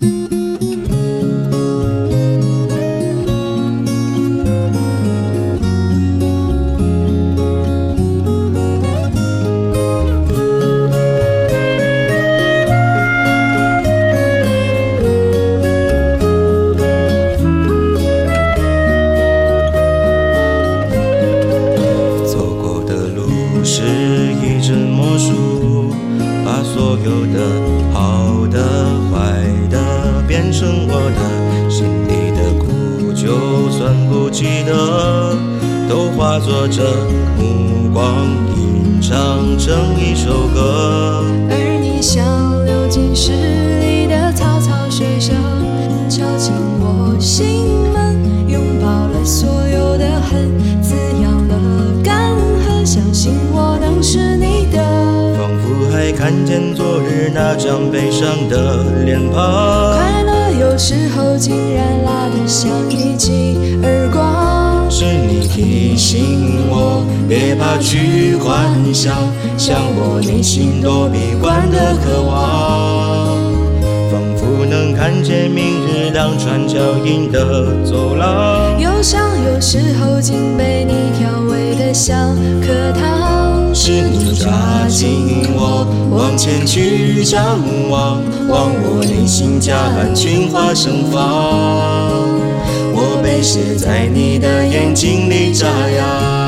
是一阵魔术，把所有的好的、坏的变成我的心里的苦，就算不记得，都化作这目光，吟唱成一首歌。 而你像流进诗里的草草水声，敲进我心门，拥抱了所有的恨，滋养了干涸，相信我能是你的。 仿佛还看见昨日那张悲伤的脸庞， 快乐有时候竟然辣得像一记耳光。 是你提醒我别怕去幻想，像我内心多闭关的渴望，仿佛能看见明日两串脚印的走廊。 忧伤有时候竟被你调味得像课堂， 是你抓紧我往前去张望，望我内心夹岸群花盛放，我被写在你的眼睛里眨呀。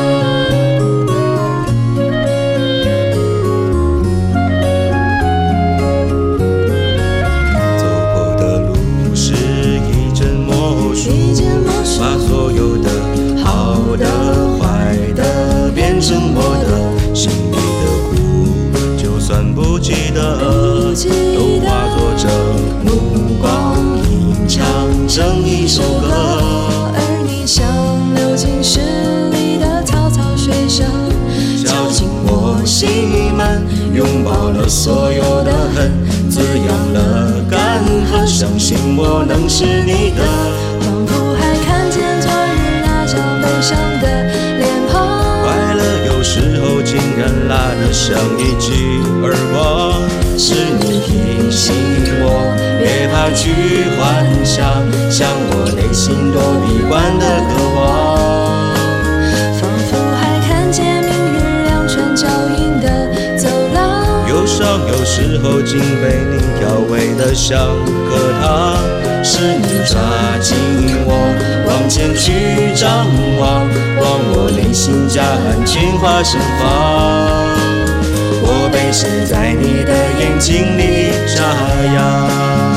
走过的路是一阵魔术，把所有的好的、坏的变成我的心里的苦，就算不记得，都化作这目光，吟唱成一首歌。 而你像流进诗里的草草水声， 敲进我心门，拥抱了所有的恨，滋养了干涸，相信我能是你的。 仿佛还看见昨日那张悲伤的脸庞， 快乐有时候竟然辣得像一记耳光，是你提醒我别怕去幻想，像我内心多闭关的渴望， 仿佛还看见明日两串脚印的走廊。 忧伤有时候竟被你调味得像课堂，是你抓紧我往前去张望，望我内心夹岸群花盛放，我被写在你的眼睛里眨呀。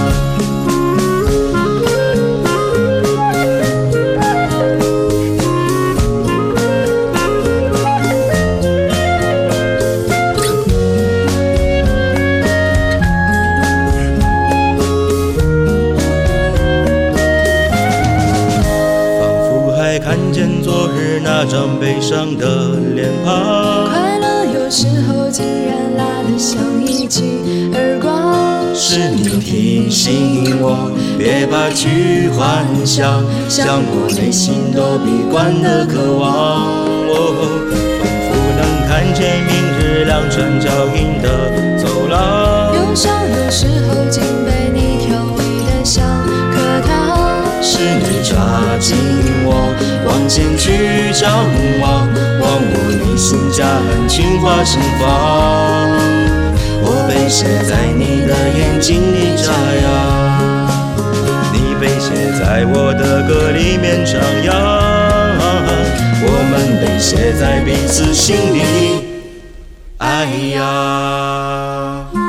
看见昨日那张悲伤的脸庞， 快乐有时候竟然辣得像一记耳光， 是你提醒我别怕去幻想，像我内心多闭关的渴望，仿佛能看见明日两串脚印的走廊。 忧伤有时候竟被你调味得像课堂， 是你抓紧我往前去张望，望我内心夹岸群花盛放，我被写在你的眼睛里眨呀，你被写在我的歌里面徜徉，我们被写在彼此心里，哎呀。